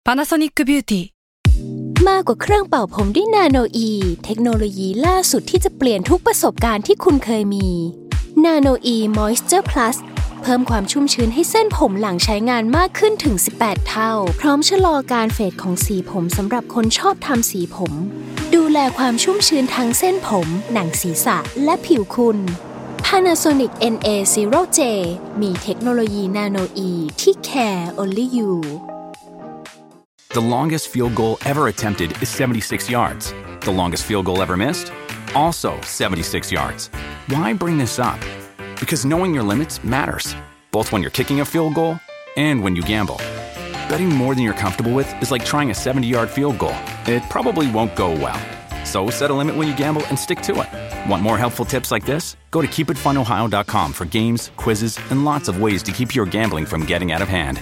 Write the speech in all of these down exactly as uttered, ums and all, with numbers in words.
Panasonic Beauty มากกว่าเครื่องเป่าผมด้วยนาโนอีเทคโนโลยีล่าสุดที่จะเปลี่ยนทุกประสบการณ์ที่คุณเคยมีนาโนอีมอยส์เจอร์พลัสเพิ่มความชุ่มชื้นให้เส้นผมหลังใช้งานมากขึ้นถึงสิบแปดเท่าพร้อมชะลอการเฟดของสีผมสำหรับคนชอบทำสีผมดูแลความชุ่มชื้นทั้งเส้นผมหนังศีรษะและผิวคุณ Panasonic เอ็น เอ ศูนย์ เจ มีเทคโนโลยีนาโนอีที่ care only you The longest field goal ever attempted is seventy-six yards. The longest field goal ever missed? Also seventy-six yards. Why bring this up? Because knowing your limits matters, both when you're kicking a field goal and when you gamble. Betting more than you're comfortable with is like trying a seventy-yard field goal. It probably won't go well. So set a limit when you gamble and stick to it. Want more helpful tips like this? Go to keep it fun ohio dot com for games, quizzes, and lots of ways to keep your gambling from getting out of hand.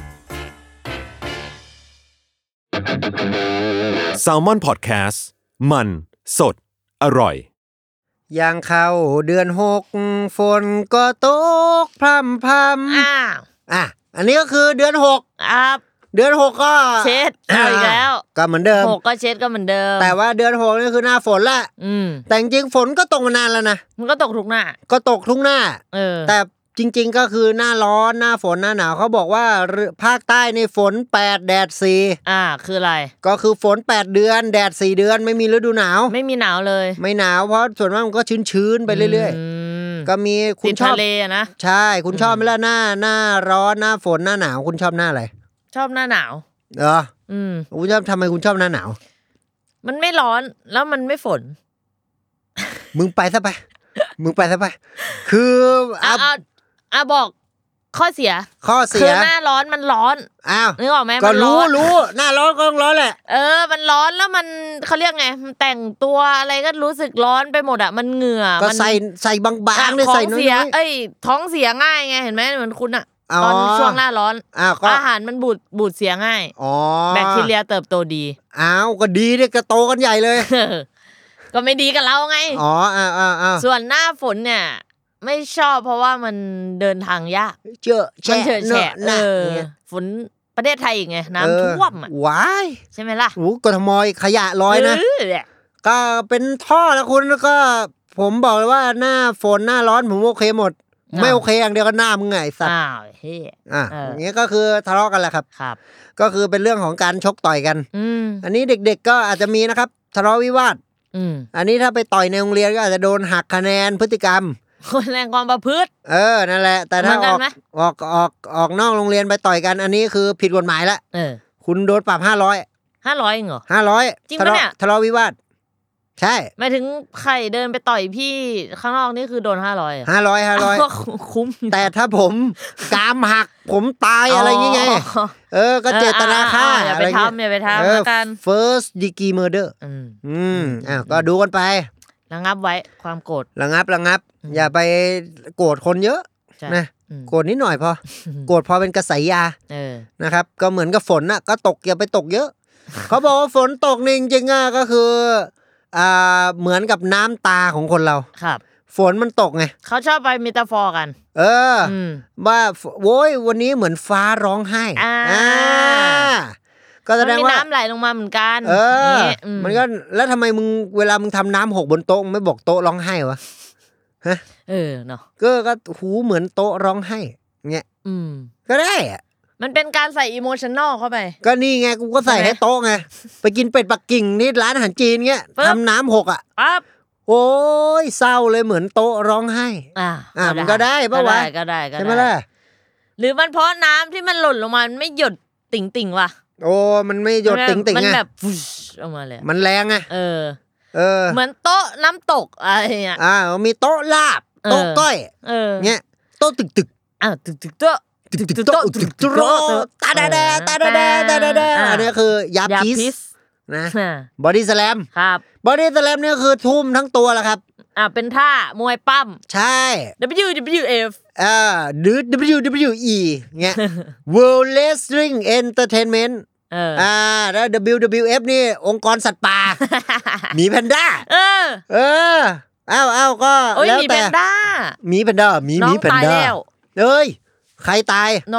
Salmon Podcast มันสดอร่อยย่างเข้าเดือนหกฝนก็ตกพรำพรำอ้าวอ่ะอันนี้ก็คือเดือนหกครับเดือนหกก็เช็ดเอาอีกแล้วก็เหมือนเดิมหกก็เช็ดก็เหมือนเดิมแต่ว่าเดือนหกนี่คือหน้าฝนละอืมแต่จริงๆฝนก็ตกมานานแล้วนะมันก็ตกทุกหน้าก็ตกทุกหน้าเออแต่จริงๆก็คือหน้าร้อนหน้าฝนหน้าหนาวเขาบอกว่าภาคใต้ในฝนแปดแดดสี่อ่าคืออะไรก็คือฝนแปดเดือนแดดสี่เดือนไม่มีฤดูหนาวไม่มีหนาวเลยไม่หนาวเพราะส่วนมากมันก็ชื้นๆไปเรื่อยๆก็มีคุณชอบทะเลนะใช่คุณชอบไหมล่ะหน้าหน้าร้อนหน้าฝนหน้าหนาวคุณชอบหน้าอะไรชอบหน้าหนาวเหรออืมคุณชอบทำไมคุณชอบหน้าหนาวมันไม่ร้อนแล้วมันไม่ฝนมึงไปซะไปมึงไปซะไปคืออ่ะอ่ะบอกข้อเสียข้อเสียคือหน้าร้อนมันร้อนอ้าวนึกออกไหมก็รู้รู้หน้าร้อนก็ร้อนแหละเออมันร้อนแล้วมันเขาเรียกไงมันแต่งตัวอะไรก็รู้สึกร้อนไปหมดอ่ะมันเหงื่อก็ใส่ใส่บางๆเลยใส่น้อยๆเอ้ยท้องเสียง่ายไงเห็นไหมเหมือนคุณอ่ะตอนช่วงหน้าร้อนอาหารมันบูดบูดเสียง่ายแบคทีเรียเติบโตดีอ้าวก็ดีเนี่ยก็โตกันใหญ่เลยก็ไม่ดีกับเราไงอ๋ออ้าวๆๆส่วนหน้าฝนเนี่ยไม่ชอบเพราะว่ามันเดินทางยากเจอแฉะแฉะเออฝนประเทศไทยอีกไงน้ำท่วมอ่ะว้ายใช่ไหมล่ะโอ้กทมขยะลอยนะก็เป็นท่อแล้วคุณแล้วก็ผมบอกเลยว่าหน้าฝนหน้าร้อนผมโอเคหมดไม่โอเคอย่างเดียวก็หน้ามึงไงสัตว์อ้าวเฮ้ยอ่ะอย่างเงี้ยก็คือทะเลาะกันแหละครับครับก็คือเป็นเรื่องของการชกต่อยกันอืมอันนี้เด็กๆก็อาจจะมีนะครับทะเลาะวิวาทอืมอันนี้ถ้าไปต่อยในโรงเรียนก็อาจจะโดนหักคะแนนพฤติกรรมคนแรงความประพฤติเออนั่นแหละแต่ถ้าออกออกออกออกนอกโรงเรียนไปต่อยกันอันนี้คือผิดกฎหมายละเออคุณโดนปรับห้าร้อยห้าร้อยเองเหรอห้าร้อยจริงปะเนี่ยทะเลาะวิวาทใช่หมายถึงใครเดินไปต่อยพี่ข้างนอกนี่คือโดนห้าร้อยอ่ะห้าร้อย ห้าร้อยคุ้มแต่ถ้าผมกรามหักผมตายอะไรอย่างเงี้ยเออก็เจตนาฆ่าอย่าไปทำอย่าไปทำแล้วกัน first degree murder อืมอืมอ้าวก็ดูกันไประงับไว้ความโกรธระงับระงับอย่าไปโกรธคนเยอะนะโกรธนิดหน่อยพอโกรธพอเป็นกระแสยานะครับก็เหมือนกับฝนน่ะก็ตกอย่าไปตกเยอะเขาบอกว่าฝนตกนี่จริงๆก็คืออ่าเหมือนกับน้ำตาของคนเราครับฝนมันตกไงเขาชอบไปเมตาฟอร์กันเออว่าโว้ยวันนี้เหมือนฟ้าร้องไห้อ่าก็แสดงว่ามีน้ำไหลลงมาเหมือนกันเออมันก็แล้วทำไมมึงเวลามึงทำน้ำหกบนโต๊ะไม่บอกโต๊ะร้องไห้วะฮะเออเนาะก็ก็หูเหมือนโต๊ะร้องไห้เงี้ยก็ได้อะมันเป็นการใส่อิโมชันนอลเข้าไปก็นี่ไงกูก็ใส่ให้โต๊ะไงไปกินเป็ดปักกิ่งนี่ร้านอาหารจีนเงี้ยทำน้ำหกอ่ะปั๊บโอ้ยเศร้าเลยเหมือนโต๊ะร้องไห้อ่าอ่ามันก็ได้ป่ะวะก็ได้ก็ได้ใช่ไหมล่ะหรือมันเพราะน้ำที่มันหล่นลงมาไม่หยดติ่งติ่งว่ะโอ้มันไม่หยดติ่งติ่งไงมันแบบฟุชออกมาเลยมันแรงไงเออเออเหมือนโต๊ะน้ำตกอะไรเงี้ยอ่ามีโต๊ะลาบโต๊ะก้อยเออเงี้ยโต๊ะตึกตึกอ่าตึกตึกโต๊ะตึกตึกโต๊ะตึกตึกโต๊ะตาดาดาตาดาดาตาดาดาอันนี้คือยาพิษนะบอดี้สแลมครับบอดี้สแลมเนี่ยคือทุ่มทั้งตัวแหละครับอ่าเป็นท่ามวยปั้มใช่ดับเบิลยู ดับเบิลยู เอฟอ่าหรือ ดับเบิลยู ดับเบิลยู อี เงี้ย World Wrestling Entertainment เอออ่าแล้ว ดับเบิลยู ดับเบิลยู เอฟ นี่องค์กรสัตว์ป่าหมีแพนด้าเออเอออ้าวๆก็แล้วแต่หมีแพนด้าหมีแพนด้าหมีหมีแพนด้าเอ้ยใครตายน้อง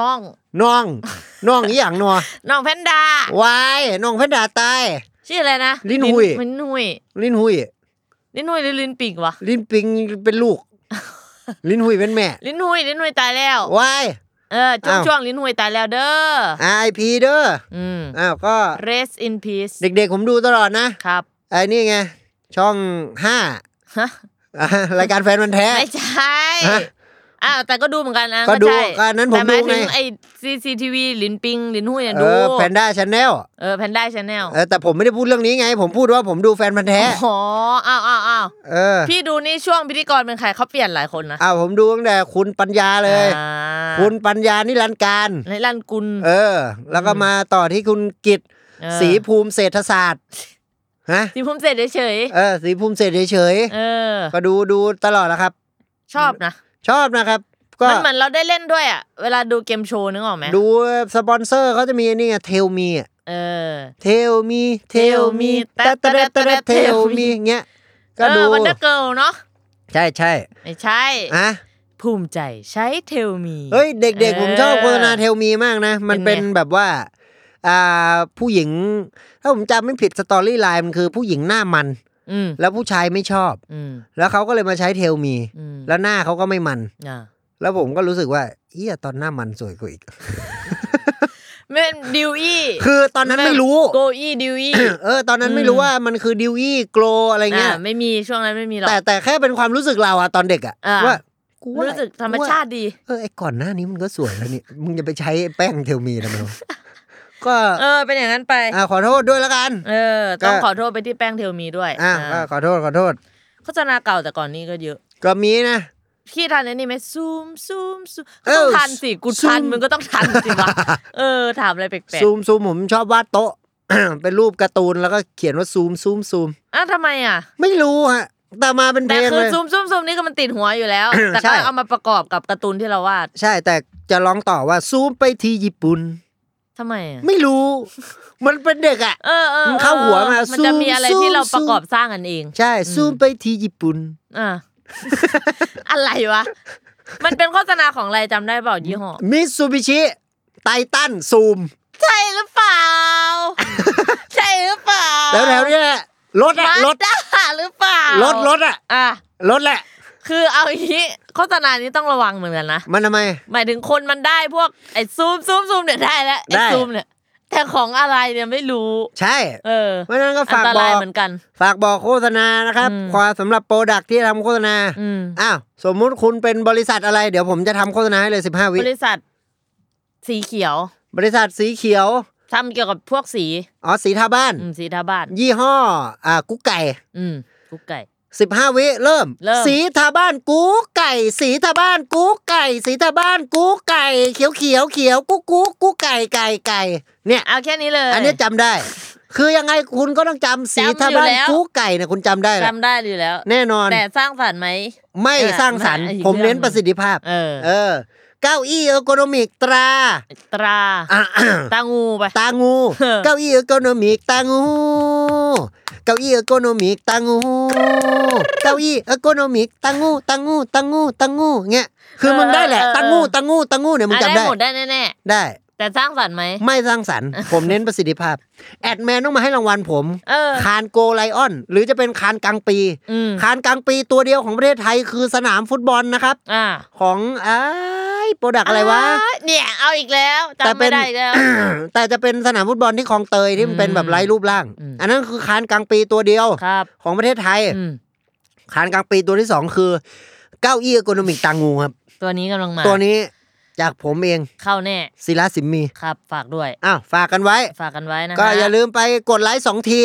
น้องน้องอีหยังนัวน้องแพนด้าวายน้องแพนด้าตายชื่ออะไรนะลิ้นหุยลิ้นหุยลิ้นหุยลิ้นหุยหรือลิ้นปิงวะลิ้นปิงเป็นลูกลิ้นหุยเป็นแม่ลิ้นหุยลิ้นหุยตายแล้ววายเออช่วงช่วงลิ้นหุยตายแล้วเด้ออาร์ ไอ พี เด้ออืมอ้าวก็ rest in peace เด็กๆผมดูตลอดนะครับไอ้นี่ไงช่องห้าฮะรายการแฟนมันแท้ไม่ใช่อ้าวแต่ก็ดูเหมือนกันนะก็ดูกันนั้นผมดูไงแต่หมายถึงไอ้ ซี ซี ที วี ลินปิงลินหุ้ยเนี่ยดูเออ Panda Channel เออ Panda Channel เออแต่ผมไม่ได้พูดเรื่องนี้ไงผมพูดว่าผมดูแฟนพันธุ์แท้อ๋ออ้าวๆๆเออพี่ดูนี่ช่วงพิธีกรเป็นใครเขาเปลี่ยนหลายคนนะอ้าวผมดูตั้งแต่คุณปัญญาเลยคุณปัญญานิรันดร์การนิรันดร์กุลเออแล้วก็มาต่อที่คุณกิตศรีภูมิเศรษฐศาสตร์ฮะศรีภูมิเศรษฐเฉยเออศรีภูมิเศรษฐเฉยเออก็ดูดูตลอดแล้วครับชอบนะชอบนะครับมันเหมือนเราได้เล่นด้วยอ่ะเวลาดูเกมโชว์นึกออกไหมดูสปอนเซอร์เขาจะมีนี่ไงเทลมีอ่ะเออเทลมีเทลมีตะตะตะเทลมีเงี้ยก็ดูวันเดอร์เกิร์ลเนาะใช่ใช่ไม่ใช่อะภูมิใจใช้เทลมีเฮ้ยเด็กๆผมชอบโฆษณาเทลมีมากนะมันเป็นแบบว่าอ่าผู้หญิงถ้าผมจำไม่ผิดสตอรี่ไลน์มันคือผู้หญิงหน้ามันแล้วผู้ชายไม่ชอบแล้วเขาก็เลยมาใช้เทลมีแล้วหน้าเขาก็ไม่มันแล้วผมก็รู้สึกว่าเฮียตอนหน้ามันสวยกว่าอีกแม่ดิวอี้คือตอนนั้นไม่รู้โกอี้ดิวอี้เออตอนนั้นไม่รู้ว่ามันคือดิวอี้โกลอะไรเงี้ยไม่มีช่วงนั้นไม่มีหรอกแต่แต่แค่เป็นความรู้สึกเราอะตอนเด็กอะว่ากูรู้สึกธรรมชาติดีเออไอ้ก่อนหน้านี้มันก็สวยแล้วนี่มึงจะไปใช้แป้งเทลมีทำไมก็เออเป็นอย่างนั้นไปอ่าขอโทษด้วยแล้วกันเออต้องขอโทษไปที่แป้งเทลมีด้วยอ่าขอโทษขอโทษโฆษณาเก่าแต่ก่อนนี้ก็เยอะก็มีนะพี่ทันนี่ไหมซูมซูมซูมต้องทันสิกูทันมึงก็ต้องทันสิวะเออถามอะไรแปลกๆซูมซูมผมชอบวาดโต๊ะ เป็นรูปการ์ตูนแล้วก็เขียนว่าซูมซูมซูมอ้าวทำไมอ่ะไม่รู้ฮะแต่มาเป็นเพลงเลยแต่คือซูมซูมซูมนี่ก็มันติดหัวอยู่แล้วแต่ก็เอามาประกอบกับการ์ตูนที่เราวาดใช่แต่จะร้องต่อว่าซูมไปที่ญี่ปุ่นทำไมอ่ะไม่รู้มันเป็นเด็กอ่ะเออมันเข้าหัวมามันจะมีอะไรที่เราประกอบสร้างกันเองใช่ซูมไปที่ญี่ปุ่นอ่าอะไรวะมันเป็นโฆษณาของอะไรจำได้เปล่ายี่ห้อมิตซูบิชิไททันซูมใช่หรือเปล่าใช่หรือเปล่าแล้วแถวเนี้ยรถอะรถหรือเปล่ารถรถอะอ่ะรถแหละคือเอาอย่างนี้โฆษณานี้ต้องระวังเหมือนกันนะมันทำไมหมายถึงคนมันได้พวกไอ้ซูมซูมซูมเนี่ยได้แล้วไอ้ซูมเนี่ยแต่ของอะไรเนี่ยไม่รู้ใช่เออเพราะนั้นก็ฝากบอกเหมือนกันฝากบอกโฆษณานะครับความสำหรับโปรดักที่ทำโฆษณาอ้าวสมมุติคุณเป็นบริษัทอะไรเดี๋ยวผมจะทำโฆษณาให้เลยสิบห้าวิบริษัทสีเขียวบริษัทสีเขียวทำเกี่ยวกับพวกสีอ๋อสีทาบ้านสีทาบ้านยี่ห้ออ่ากุ๊กไก่อืมกุ๊กไก่สิบห้าวิเริ่มสีทาบ้านกูไก่สีทาบ้านกูไก่สีทาบ้านกูไก่เขียวเขียวเขียวกูกูกูไก่ไก่ไก่เนี่ยเอาแค่นี้เลยอันนี้จำได้คือยังไงคุณก็ต้องจำสีทาบ้านกูไก่เนี่ยคุณจำได้จำได้อยู่แล้วแน่นอนแต่สร้างสรรค์ไหมไม่สร้างสรรค์ผมเน้นประสิทธิภาพเออเออเก้าอี้เออร์โกนอมิกตราตราตางูไปตางูเก้าอี้เออร์โกนอมิกตางูเก้าอี้เออร์โกนอมิกตางูเก้าอี้เออร์โกนอมิกตางูตางูตางูตางูเงี้ยคือมึงได้แหละตางูตางูตางูเนี่ยมึงจำได้ได้หมดได้แน่ๆได้แต่สร้างสรรค์ไหมไม่สร้างสรรค์ผมเน้นประสิทธิภาพแอดแมนต้องมาให้รางวัลผมคานโกไลออนหรือจะเป็นคานกลางปีคานกลางปีตัวเดียวของประเทศไทยคือสนามฟุตบอลนะครับของไอ้โปรดักอะไรวะเนี่ยเอาอีกแล้วจำไม่ได้แล้วแต่จะเป็นสนามฟุตบอลที่คลองเตยที่มันเป็นแบบไร้รูปร่างอันนั้นคือคานกลางปีตัวเดียวของประเทศไทยคานกลางปีตัวที่สองคือเก้าอี้เออร์โกนอมิกตางูครับตัวนี้กำลังมาตัวนี้จากผมเองเข้าแน่ศิลาสิมมีครับฝากด้วยอ้าวฝากกันไว้ฝากกันไว้นะก็อย่าลืมไปกดไลค์สองที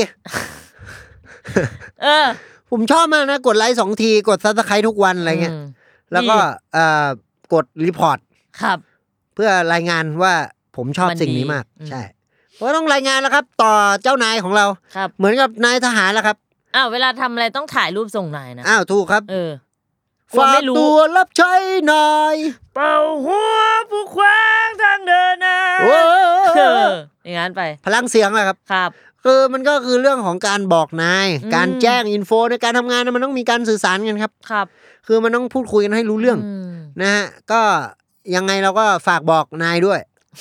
เออผมชอบมากนะกดไลค์สองทีกด Subscribe ทุกวันอะไรเงี้ยแล้วก็เอ่อกดรีพอร์ตครับเพื่อรายงานว่าผมชอบสิ่งนี้มากใช่เพราะต้องรายงานแล้วครับต่อเจ้านายของเราเหมือนกับนายทหารแล้วครับอ้าวเวลาทำอะไรต้องถ่ายรูปส่งนายนะอ้าวถูกครับเออฝากตัวรับใช้นายเป่าหัวผู้ขวางทางเดินนะอย่างนั้นไปพลังเสียงอะครับครับคือมันก็คือเรื่องของการบอกนายการแจ้งอินโฟในการทำงานมันต้องมีการสื่อสารกันครับครับคือมันต้องพูดคุยกันให้รู้เรื่องนะฮะก็ยังไงเราก็ฝากบอกนายด้วย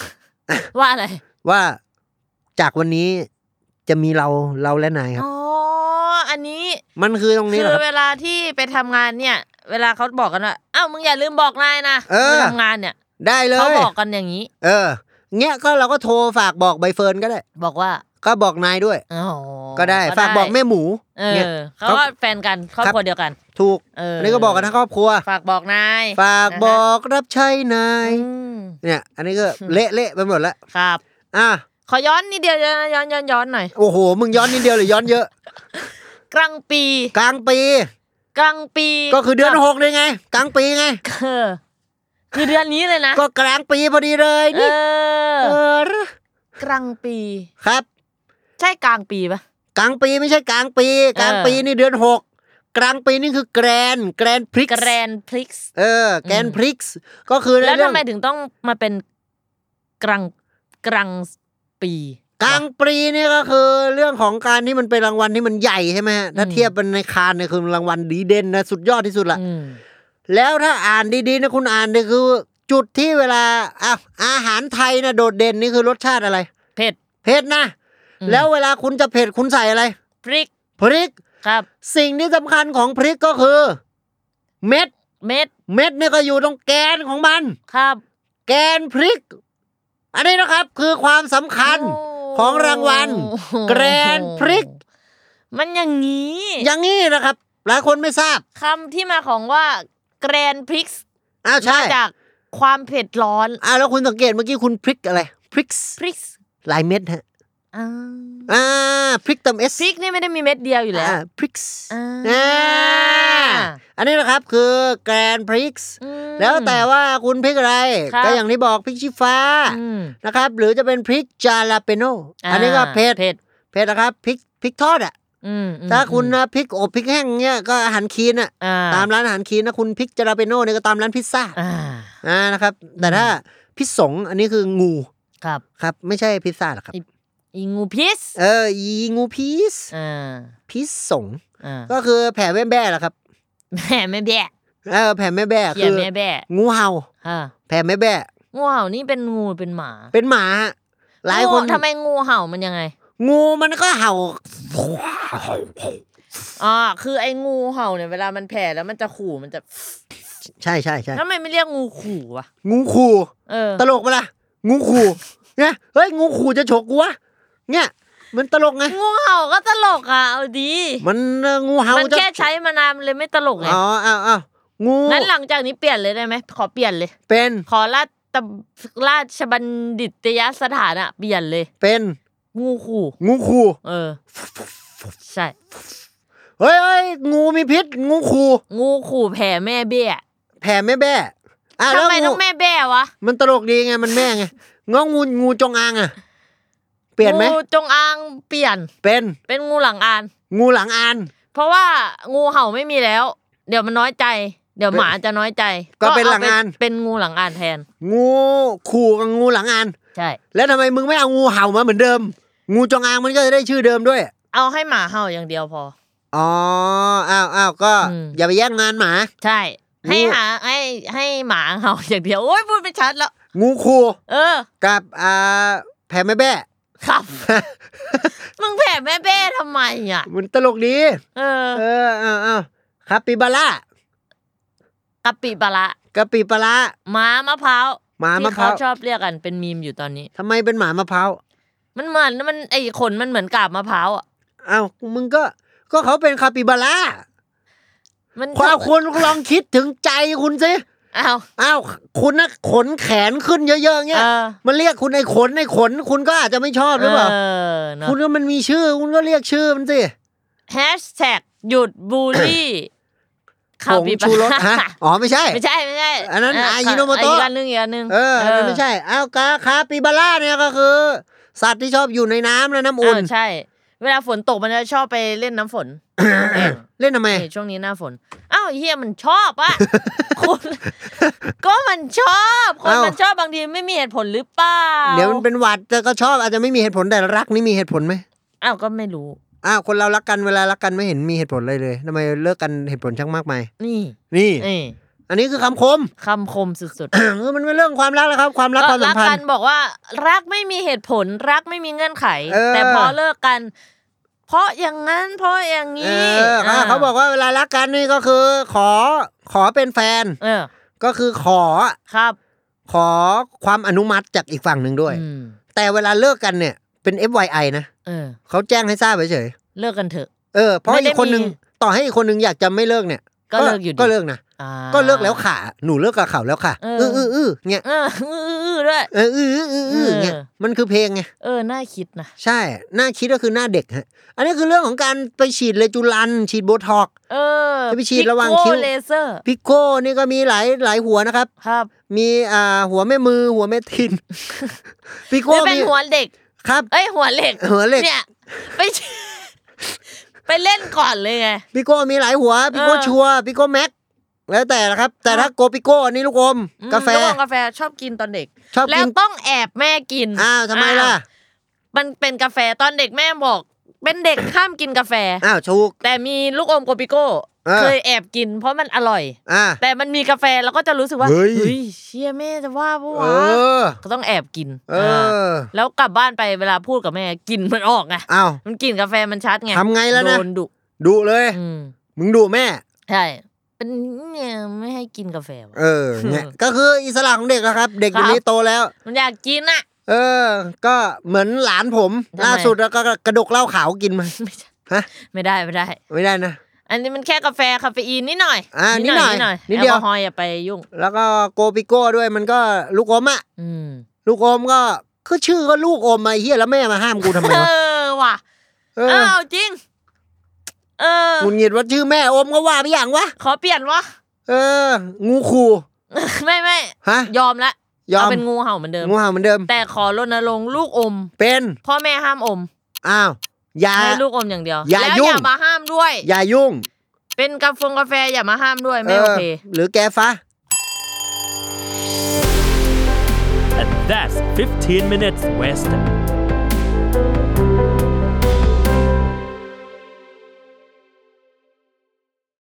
ว่าอะไรว่าจากวันนี้จะมีเราเราและนายครับอ๋ออันนี้มันคือตรงนี้คือเวลาที่ไปทำงานเนี่ยเวลาเขาบอกกันว่าอ้าวมึงอย่าลืมบอกนายนะไปทำงานเนี่ยได้เลยเขาบอกกันอย่างนี้เออเงี้ยก็เราก็โทรฝากบอกใบเฟิร์นก็ได้บอกว่าก็บอกนายด้วยอ๋อก็ได้ฝากบอกแม่หมูเนี่ยเขาก็แฟนกันครอบครัวเดียวกันถูกอันนี้ก็บอกกันทั้งครอบครัวฝากบอกนายฝากบอกรับใช้นายเนี่ยอันนี้ก็เละเละไปหมดแล้วครับอ่ะขอย้อนนิดเดียวนะย้อนย้อนย้อนหน่อยโอ้โหมึงย้อนนิดเดียวหรือย้อนเยอะกลางปีกลางปีกลางปีก็คือเดือนหกเลยไงกลางปีไงเออคือเดือนนี้เลยนะก็กลางปีพอดีเลยนี่เออกลางปีครับใช่กลางปีปะกลางปีไม่ใช่กลางปีกลางปีนี่เดือนหกกลางปีนี่คือแกรนแกรนพริกแกรนพริกเออแกรนพริกก็คือแล้วทำไมถึงต้องมาเป็นกลางกลางปีกลางปีนี่ก็คือเรื่องของการที่มันเป็นรางวัลที่มันใหญ่ใช่ไหมถ้าเทียบเป็นในคานเนี่ยคือรางวัลดีเด่นนะสุดยอดที่สุดละแล้วถ้าอ่านดีๆนะคุณอ่านเนี่ยคือจุดที่เวลาอ้าวอาหารไทยนะโดดเด่นนี่คือรสชาติอะไรเผ็ดเผ็ดนะแล้วเวลาคุณจะเผ็ดคุณใส่อะไรพริกพริกครับสิ่งที่สำคัญของพริกก็คือเม็ดเม็ดเม็ดนี่ก็อยู่ตรงแกนของมันครับแกนพริกอันนี้นะครับคือความสำคัญของรางวัลแกรนพริกมันอย่างนี้อย่างนี้นะครับหลายคนไม่ทราบคำที่มาของว่าแกรนพริกอ้าวใช่มาจากความเผ็ดร้อนอ้าวแล้วคุณสังเกตเมื่อกี้คุณพริกอะไรพริกพริกหลายเม็ดฮะอ่าอ่าพริกเติมเอสพริกนี่ไม่ได้มีเม็ดเดียวอยู่แล้วอ่าพริกอ่าอันนี้นะครับคือแกรนพริกแล้วแต่ว่าคุณพริกอะไรก็อย่างที่บอกพริกชี้ฟ้านะครับหรือจะเป็นพริกจาลาเปโนอันนี้ก็เผ็ดเผ็ดเผ็ดนะครับพริกพริกทอดอ่ะถ้าคุณนะพริกอบพริกแห้งเนี้ยก็อาหารคีนอ่ะตามร้านอาหารคีนนะคุณพริกจาลาเปโนเนี่ยก็ตามร้านพิซซ่าอ่านะครับแต่ถ้าพิซสงอันนี้คืองูครับครับไม่ใช่พิซซ่าหรอกครับอีงูพิษเอออีงูพิษอ่าพิษสงก็คือแผ่แม่แบ้แหละครับแผ่แม่แบ้เออแผ่แม่แบ้คืองูเห่าแผ่แม่แบ้งูเห่านี่เป็นงูเป็นหมาเป็นหมาหลายคนทำไมงูเห่ามันยังไงงูมันก็เห่าอ่าคือไอ้งูเห่าเนี่ยเวลามันแผ่แล้วมันจะขู่มันจะใช่ใช่ใช่ทำไมไม่เรียกงูขู่วะงูขู่เออตลกปะล่ะงูขู่เนี่ยเฮ้ยงูขู่จะฉกกูวะเนี่ยมันตลกไงงูเห่าก็ตลกอ่ะเอาดีมันงูเห่ามันแค่ใช้มานานเลยไม่ตลกไงอ๋ออ้าวอ้าวงูงั้นหลังจากนี้เปลี่ยนเลยได้ไหมขอเปลี่ยนเลยเป็นขอราชราชบัณฑิตยสถานอ่ะเปลี่ยนเลยเป็นงูขู่งูขู่เออใช่เฮ้ยเฮ้ยงูมีพิษงูขู่งูขู่แผ่แม่เบี้ยแผ่แม่แบ้อ่ะทำไมต้องแม่แบ้วะมันตลกดีไงมันแม่ไงง้องูงูจงอางอ่ะเปลี่ยนไหมงูจงอางเปลี่ยนเป็นเป็นงูหลังอานงูหลังอานเพราะว่างูเห่าไม่มีแล้วเดี๋ยวมันน้อยใจเดี๋ยวหมาจะน้อยใจก็เป็นหลังอานเป็นงูหลังอานแทนงูขู่กับงูหลังอานใช่แล้วทำไมมึงไม่เอางูเห่ามาเหมือนเดิมงูจงอางมันก็จะได้ชื่อเดิมด้วยเอาให้หมาเห่าอย่างเดียวพออ๋ออ้าวอ้าวก็อย่าไปแย่งงานหมาใช่ให้หาให้ให้หมาเห่าอย่างเดียวโอ๊ยพูดไม่ชัดแล้วงูขู่เออกับอ่าแผ่แม่แบ้ครับมึงแผ่แม่แบ้ทำไมอ่ะมันตลกดีเออเอออ้าวอ้าวคาปิบาร่กะปิปลาร้ากะปิปลาร้าหมามะพร้าวหมามะพร้าวที่เขาชอบเรียกกันเป็นมีมอยู่ตอนนี้ทำไมเป็นหมามะพร้าวมันเหมือนมันไอ้ขนมันเหมือนกาบมะพร้าวอ่ะอ้าวมึงก็ก็เขาเป็นคาปิบาร่ามันความคุณลองคิดถึงใจคุณสิอ้าวอ้าวคุณนะขนแขนขึ้นเยอะๆเงี้ยมันเรียกคุณไอ้ขนไอ้ขนคุณก็อาจจะไม่ชอบหรือเปล่าคุณก็มันมีชื่อคุณก็เรียกชื่อมันสิแฮชแท็กหยุดบูลลี่ผงชูรสฮะอ๋อไม่ใช่ไม่ใช่ไม่ใช่อันนั้นอายิโนโมโตะอีกอันนึงอีกอันนึงเออไม่ใช่อ้าวกาคาปิบาร่าเนี่ยก็คือสัตว์ที่ชอบอยู่ในน้ำและน้ำอุ่นใช่เวลาฝนตกมันจะชอบไปเล่นน้ำฝนเล่นทำไมช่วงนี้หน้าฝนอ้าวเฮียมันชอบอ่ะคนก็มันชอบคนมันชอบบางทีไม่มีเหตุผลหรือเปล่าเดี๋ยวมันเป็นหวัดแต่ก็ชอบอาจจะไม่มีเหตุผลแต่รักนี่มีเหตุผลไหมอ้าวก็ไม่รู้อ้าวคนเรารักกันเวลารักกันไม่เห็นมีเหตุผลอะไรเลยทำไมเลิกกันเหตุผลช่างมากมายนี่นี่อันนี้คือคำคมคำคมสุดๆมันเป็นเรื่องความรักแล้วครับความรักความสัมพันธ์รักกันบอกว่ารักไม่มีเหตุผลรักไม่มีเงื่อนไขแต่พอเลิกกันเพราะอย่างนั้นเพราะอย่างนี้เขาบอกว่าเวลารักกันนี่ก็คือขอขอเป็นแฟนก็คือขอครับขอความอนุมัติจากอีกฝั่งหนึ่งด้วยแต่เวลาเลิกกันเนี่ยเป็น เอฟ วาย ไอ นะเขาแจ้งให้ทราบเฉยๆเลิกกันเถอะเออเพราะอีกคนนึงต่อให้อีกคนนึงอยากจะไม่เลิกเนี่ยก็เลิกอยู่ก็เลิกนะก็เลิกแล้วค่ะหนูเลิกกับเขาแล้วค่ะเออเออเออเงี้ยเออเออด้วยเออเออเออเออเงี้ยมันคือเพลงไงเออน่าคิดนะใช่น่าคิดก็คือหน้าเด็กฮะอันนี้คือเรื่องของการไปฉีดเลจูลันฉีดโบท็อกเออจะไปฉีดระหว่างคิ้วเลเซอร์พิโก้นี่ก็มีหลายหลายหัวนะครับครับมีอ่าหัวแม่มือหัวแม่ทินพิโก้เป็นหัวเด็กครับเอ้ยหัวเหล็กหัวเหล็กเนี่ยไปไปเล่นก่อนเลยไงพิโก้มีหลายหัวพิโก้ชัวพิโก้แม็กแล้วแต่ละครับแต่ถ้าโกปิโก้อันนี้ลูกอมกาแฟลูกอมกาแฟชอบกินตอนเด็กแล้วต้องแอบแม่กินอ้าวทำไมล่ะมันเป็นกาแฟตอนเด็กแม่บอกเป็นเด็กห้ามกินกาแฟอ้าวถูกแต่มีลูกอมโกปิโก้เคยแอบกินเพราะมันอร่อยแต่มันมีกาแฟแล้วก็จะรู้สึกว่าเฮ้ยเชี่ยแม่จะว่าปะวะก็ต้องแอบกินแล้วกลับบ้านไปเวลาพูดกับแม่กินมันออกไงมันกินกาแฟมันชัดไงทำไงแล้วนะโดนดุดุเลยมึงดุแม่ใช่เป็นเนี่ยไม่ให้กินกาแฟเออเนี่ยก็คืออิสระของเด็กนะครับเด็กเดี๋ยวนี้โตแล้วมันอยากกินอ่ะเออก็เหมือนหลานผมล่าสุดแล้วก็กระดกเหล้าขาวกินมาฮะไม่ได้ไม่ได้ไม่ได้นะอันนี้มันแค่กาแฟคาเฟอีนนิดหน่อยอ่านิดหน่อยนิดเดียวแอลกอฮอล์อย่าไปยุ่งแล้วก็โกปิโก้ด้วยมันก็ลูกอมอ่ะลูกอมก็คือชื่อก็ลูกอมไอ้เหี้ยแล้วแม่มาห้ามกูทำไมวะเออว่ะอ้าวจริงเออคุณหงิดว่าชื่อแม่อมก็ว่าไปอย่างวะขอเปลี่ยนวะเอองูขู่ไม่ไม่ฮะยอมละเอาเป็นงูเห่าเหมือนเดิมงูเห่าเหมือนเดิมแต่ขอรณรงค์ลูกอมเป็นพ่อแม่ห้ามอมอ้าวอย่าให้ลูกอมอย่างเดียวแล้วอย่ามาห้ามด้วยอย่ายุ่งเป็นกาแฟกาแฟอย่ามาห้ามด้วยไม่โอเคหรือแกฟ้า And that's fifteen minutes Western